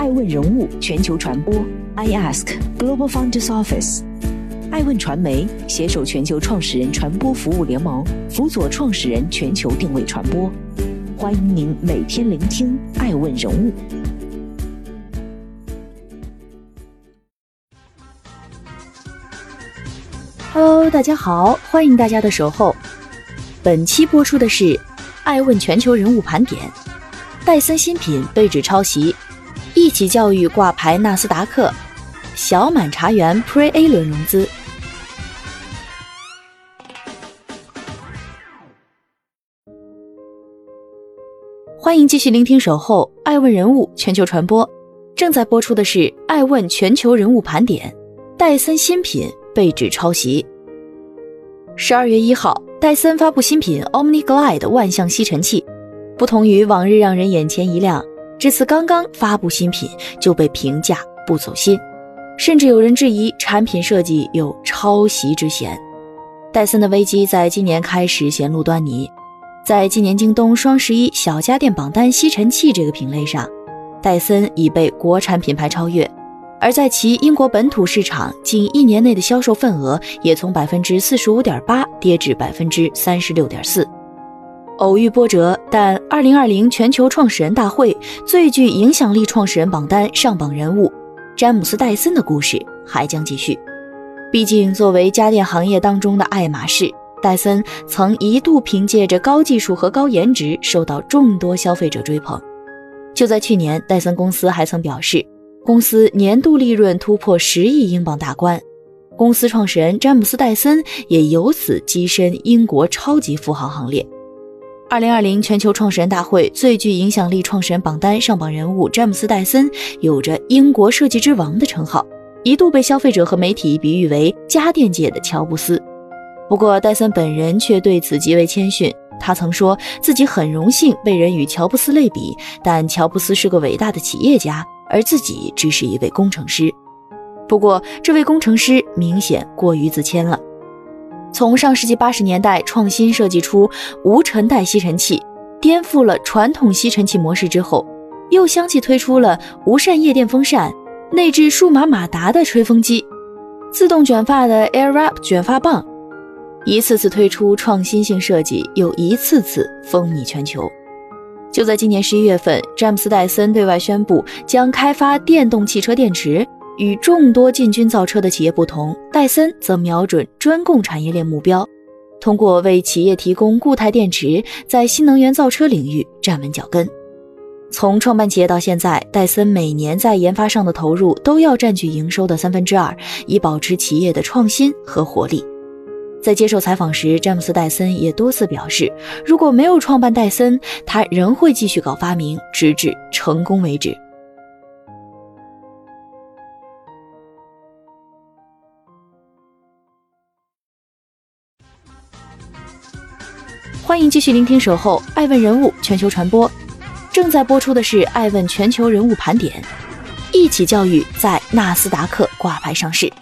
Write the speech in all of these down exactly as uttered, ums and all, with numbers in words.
爱问人物全球传播 I Ask Global Founders Office。爱问传媒携手全球创始人传播服务联盟，辅佐创始人全球定位传播。欢迎您每天聆听爱问人物。 Hello， 大家好，欢迎大家的守候。本期播出的是爱问全球人物盘点，戴森新品被指抄袭，一起教育挂牌纳斯达克，小满茶园 Pre-A 轮融资。欢迎继续聆听守候爱问人物全球传播，正在播出的是爱问全球人物盘点，戴森新品被指抄袭。十二月一号，戴森发布新品 Omni Glide 万向吸尘器，不同于往日让人眼前一亮，这次刚刚发布新品就被评价不走心，甚至有人质疑产品设计有抄袭之嫌。戴森的危机在今年开始显露端倪，在今年京东双十一小家电榜单吸尘器这个品类上，戴森已被国产品牌超越，而在其英国本土市场近一年内的销售份额也从 百分之四十五点八 跌至 百分之三十六点四。 偶遇波折，但二零二零全球创始人大会最具影响力创始人榜单上榜人物詹姆斯·戴森的故事还将继续。毕竟作为家电行业当中的爱马仕，戴森曾一度凭借着高技术和高颜值受到众多消费者追捧。就在去年，戴森公司还曾表示公司年度利润突破十亿英镑大关，公司创始人詹姆斯·戴森也由此跻身英国超级富豪行列。二零二零全球创始人大会最具影响力创始人榜单上榜人物詹姆斯·戴森有着英国设计之王的称号，一度被消费者和媒体比喻为家电界的乔布斯。不过戴森本人却对此极为谦逊，他曾说自己很荣幸被人与乔布斯类比，但乔布斯是个伟大的企业家，而自己只是一位工程师。不过这位工程师明显过于自谦了。从上世纪八十年代创新设计出无尘袋吸尘器，颠覆了传统吸尘器模式之后，又相继推出了无扇叶电风扇、内置数码马达的吹风机、自动卷发的 AirWrap 卷发棒，一次次推出创新性设计，又一次次风靡全球。就在今年十一月份，詹姆斯·戴森对外宣布将开发电动汽车电池。与众多进军造车的企业不同，戴森则瞄准专供产业链目标，通过为企业提供固态电池，在新能源造车领域站稳脚跟。从创办企业到现在，戴森每年在研发上的投入都要占据营收的三分之二，以保持企业的创新和活力。在接受采访时，詹姆斯·戴森也多次表示，如果没有创办戴森，他仍会继续搞发明，直至成功为止。欢迎继续聆听守候爱问人物全球传播，正在播出的是爱问全球人物盘点，一起教育在纳斯达克挂牌上市。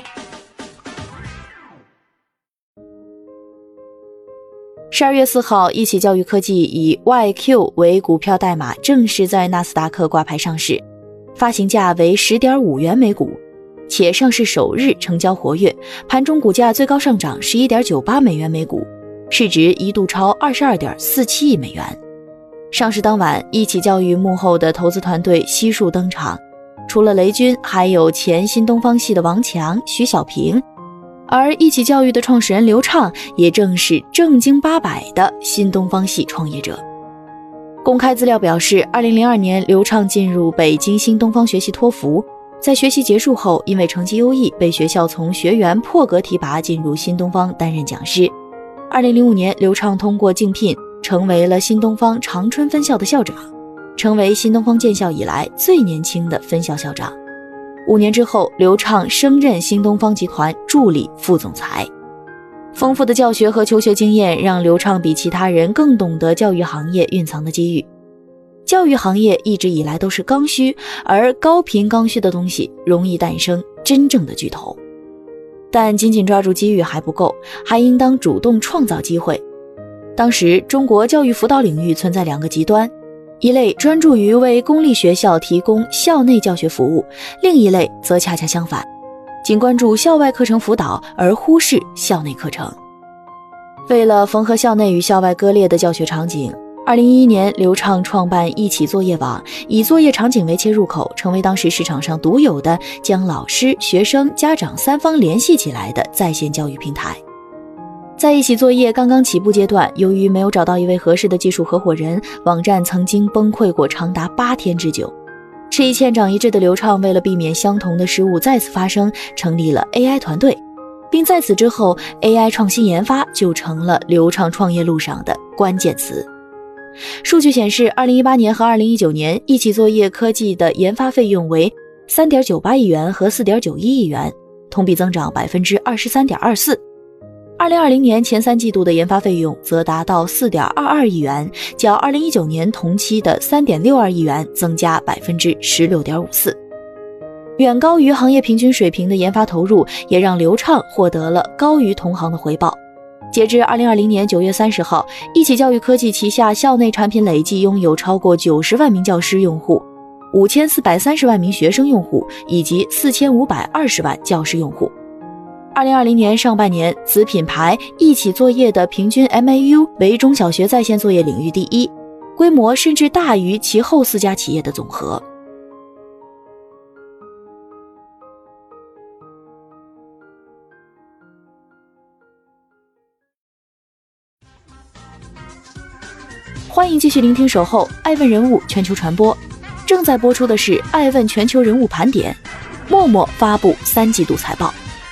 十二月四号，一起教育科技以 Y Q 为股票代码正式在纳斯达克挂牌上市，发行价为 十点五元每股，且上市首日成交活跃，盘中股价最高上涨 十一点九八美元每股，市值一度超 二十二点四七亿美元。上市当晚，一起教育幕后的投资团队悉数登场，除了雷军，还有前新东方系的王强、徐小平，而一起教育的创始人刘畅也正是正经八百的新东方系创业者。公开资料表示，二零零二年刘畅进入北京新东方学习托福，在学习结束后，因为成绩优异，被学校从学员破格提拔进入新东方担任讲师。二零零五年，刘畅通过竞聘成为了新东方长春分校的校长，成为新东方建校以来最年轻的分校校长。五年之后，刘畅升任新东方集团助理副总裁。丰富的教学和求学经验让刘畅比其他人更懂得教育行业蕴藏的机遇。教育行业一直以来都是刚需，而高频刚需的东西容易诞生真正的巨头。但仅仅抓住机遇还不够，还应当主动创造机会。当时中国教育辅导领域存在两个极端， 一类专注于为公立学校提供校内教学服务，另一类则恰恰相反，仅关注校外课程辅导而忽视校内课程。为了缝合校内与校外割裂的教学场景，二零一一年流畅创办一起作业网，以作业场景为切入口，成为当时市场上独有的将老师、学生、家长三方联系起来的在线教育平台。在一起作业刚刚起步阶段，由于没有找到一位合适的技术合伙人，网站曾经崩溃过长达八天之久。吃一堑长一智的流畅为了避免相同的失误再次发生，成立了 A I 团队，并在此之后 A I 创新研发就成了流畅创业路上的关键词。数据显示，二零一八年和二零一九年一起作业科技的研发费用为 三点九八亿元和 四点九一亿元，同比增长 百分之二十三点二四。二零二零年前三季度的研发费用则达到 四点二二亿元，较二零一九年同期的 三点六二亿元增加 百分之十六点五四， 远高于行业平均水平的研发投入，也让流畅获得了高于同行的回报。截至二零二零年九月三十号，一起教育科技旗下校内产品累计拥有超过九十万名教师用户，五千四百三十万名学生用户以及四千五百二十万教师用户。二零二零年上半年，子品牌一起作业的平均 M A U 为中小学在线作业领域第一，规模甚至大于其后四家企业的总和。欢迎继续聆听守候爱问人物全球传播，正在播出的是爱问全球人物盘点。陌陌发布三季度财报。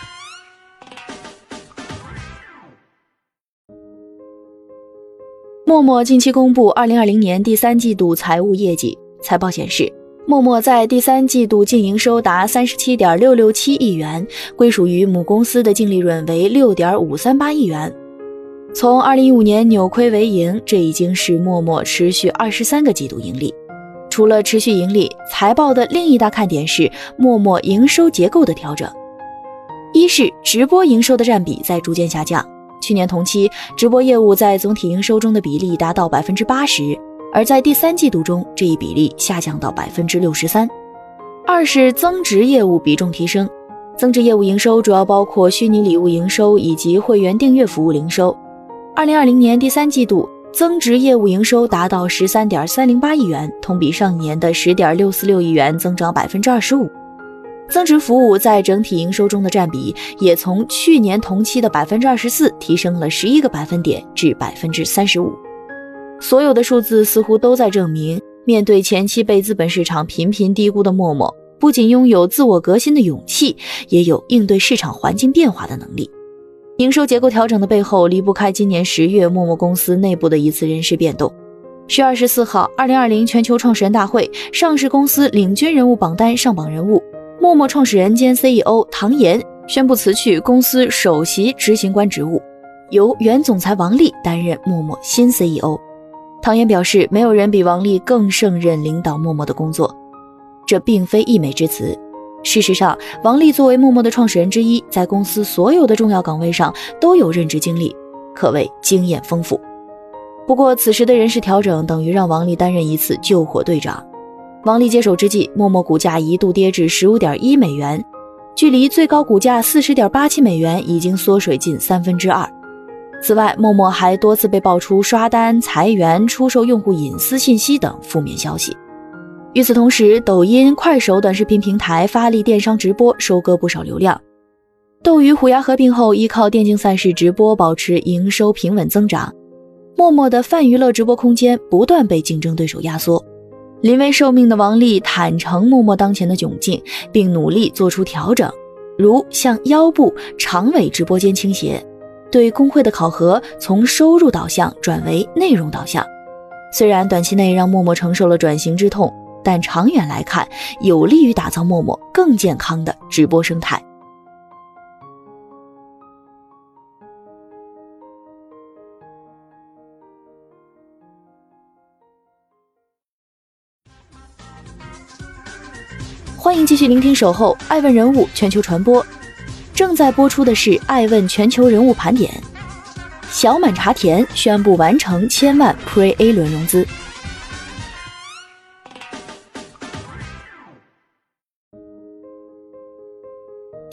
陌陌近期公布二零二零年第三季度财务业绩，财报显示，陌陌在第三季度净营收达 三十七点六六七亿元，归属于母公司的净利润为 六点五三八亿元。从二零一五年扭亏为盈，这已经是陌陌持续二十三个季度盈利。除了持续盈利，财报的另一大看点是陌陌营收结构的调整。一是直播营收的占比在逐渐下降，去年同期直播业务在总体营收中的比例达到 百分之八十， 而在第三季度中这一比例下降到 百分之六十三。 二是增值业务比重提升，增值业务营收主要包括虚拟礼物营收以及会员订阅服务零收。二零二零年第三季度增值业务营收达到 十三点三零八亿元，同比上年的 十点六四六亿元增长 百分之二十五。增值服务在整体营收中的占比也从去年同期的 百分之二十四 提升了十一个百分点至 百分之三十五。 所有的数字似乎都在证明，面对前期被资本市场频频低估的陌陌，不仅拥有自我革新的勇气，也有应对市场环境变化的能力。营收结构调整的背后离不开今年十月陌陌公司内部的一次人事变动。十月二十四号，二零二零全球创始人大会，上市公司领军人物榜单上榜人物陌陌创始人兼 C E O 唐岩宣布辞去公司首席执行官职务，由原总裁王力担任陌陌新 C E O。 唐岩表示，没有人比王力更胜任领导陌陌的工作。这并非溢美之词，事实上，王力作为陌陌的创始人之一，在公司所有的重要岗位上都有任职经历，可谓经验丰富。不过此时的人事调整等于让王力担任一次救火队长。王力接手之际，陌陌股价一度跌至 十五点一美元，距离最高股价 四十点八七美元已经缩水近三分之二。此外，陌陌还多次被爆出刷单、裁员、出售用户隐私信息等负面消息。与此同时，抖音、快手短视频平台发力电商直播，收割不少流量。斗鱼、虎牙合并后，依靠电竞赛事直播保持营收平稳增长。陌陌的泛娱乐直播空间不断被竞争对手压缩。临危受命的王力坦诚陌陌当前的窘境，并努力做出调整，如向腰部、长尾直播间倾斜，对工会的考核从收入导向转为内容导向。虽然短期内让陌陌承受了转型之痛，但长远来看，有利于打造陌陌更健康的直播生态。欢迎继续聆听守候爱问人物全球传播，正在播出的是爱问全球人物盘点。小满茶田宣布完成千万 Pre-A 轮融资。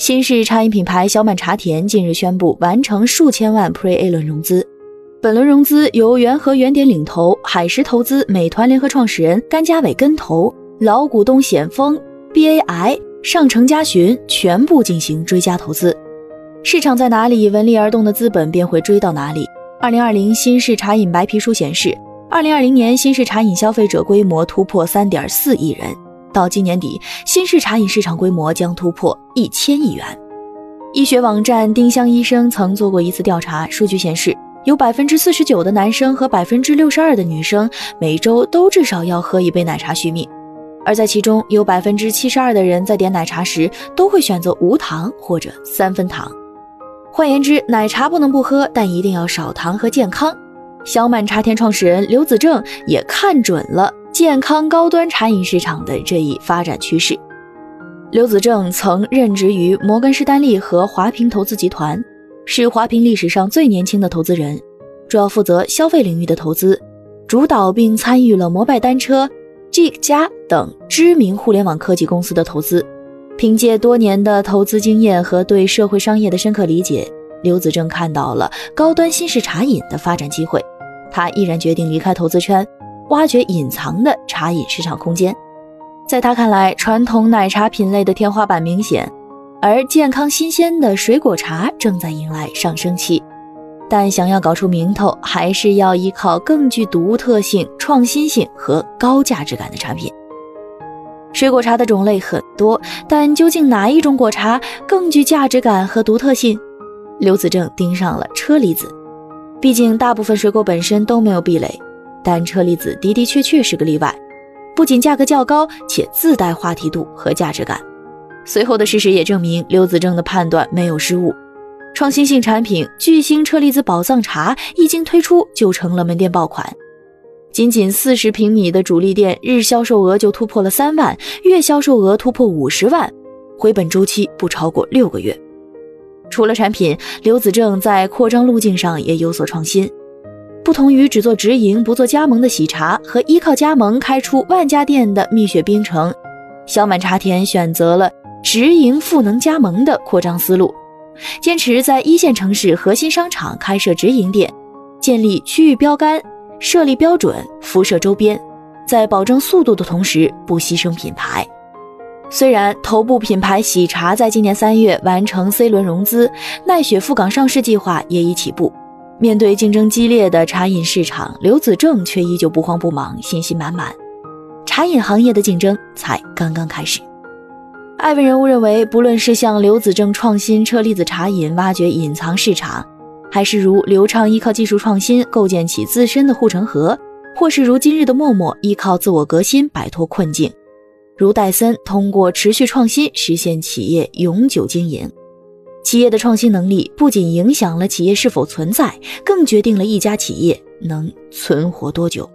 新式茶饮品牌小满茶田近日宣布完成数千万 Pre-A 轮融资，本轮融资由元和原点领投，海石投资、美团联合创始人甘家伟跟投，老股东险峰、B A I、上城嘉询全部进行追加投资。市场在哪里，闻利而动的资本便会追到哪里。二零二零新式茶饮白皮书显示，二零二零年新式茶饮消费者规模突破 三点四亿人，到今年底，新式茶饮市场规模将突破一千亿元。医学网站丁香医生曾做过一次调查，数据显示，有 百分之四十九 的男生和 百分之六十二 的女生每周都至少要喝一杯奶茶续命，而在其中有 百分之七十二 的人在点奶茶时都会选择无糖或者三分糖。换言之，奶茶不能不喝，但一定要少糖和健康。小满茶田创始人刘子正也看准了健康高端茶饮市场的这一发展趋势。刘子正曾任职于摩根士丹利和华平投资集团，是华平历史上最年轻的投资人，主要负责消费领域的投资，主导并参与了摩拜单车、G 加等知名互联网科技公司的投资。凭借多年的投资经验和对社会商业的深刻理解，刘子正看到了高端新式茶饮的发展机会，他毅然决定离开投资圈，挖掘隐藏的茶饮市场空间。在他看来，传统奶茶品类的天花板明显，而健康新鲜的水果茶正在迎来上升期。但想要搞出名头，还是要依靠更具独特性、创新性和高价值感的产品。水果茶的种类很多，但究竟哪一种果茶更具价值感和独特性？刘子正盯上了车厘子。毕竟大部分水果本身都没有壁垒，但车厘子的的确确是个例外，不仅价格较高，且自带话题度和价值感。随后的事实也证明刘子正的判断没有失误。创新性产品巨星车厘子宝藏茶一经推出就成了门店爆款，仅仅四十平米的主力店日销售额就突破了三万，月销售额突破五十万，回本周期不超过六个月。除了产品，刘子正在扩张路径上也有所创新。不同于只做直营不做加盟的喜茶和依靠加盟开出万家店的蜜雪冰城，小满茶田选择了直营赋能加盟的扩张思路，坚持在一线城市核心商场开设直营店，建立区域标杆，设立标准，辐射周边，在保证速度的同时不牺牲品牌。虽然头部品牌喜茶在今年三月完成 C 轮融资，奈雪赴港上市计划也已起步。面对竞争激烈的茶饮市场，刘子正却依旧不慌不忙，信心满满。茶饮行业的竞争才刚刚开始。艾文人物认为，不论是向刘子正创新车厘子茶饮挖掘隐藏市场，还是如流畅依靠技术创新构建起自身的护城河，或是如今日的陌陌依靠自我革新摆脱困境，如戴森通过持续创新实现企业永久经营。企业的创新能力不仅影响了企业是否存在，更决定了一家企业能存活多久。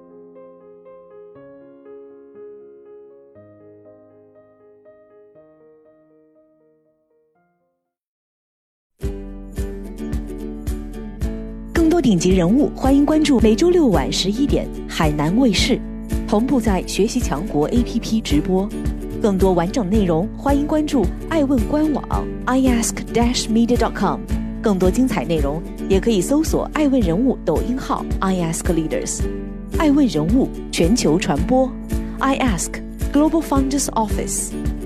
更多顶级人物，欢迎关注每周六晚十一点海南卫视，同步在学习强国 A P P 直播。更多完整内容，欢迎关注爱问官网 i ask dash media dot com。更多精彩内容，也可以搜索爱问人物抖音号 i ask leaders。爱问人物全球传播 ，I ask Global Founders Office。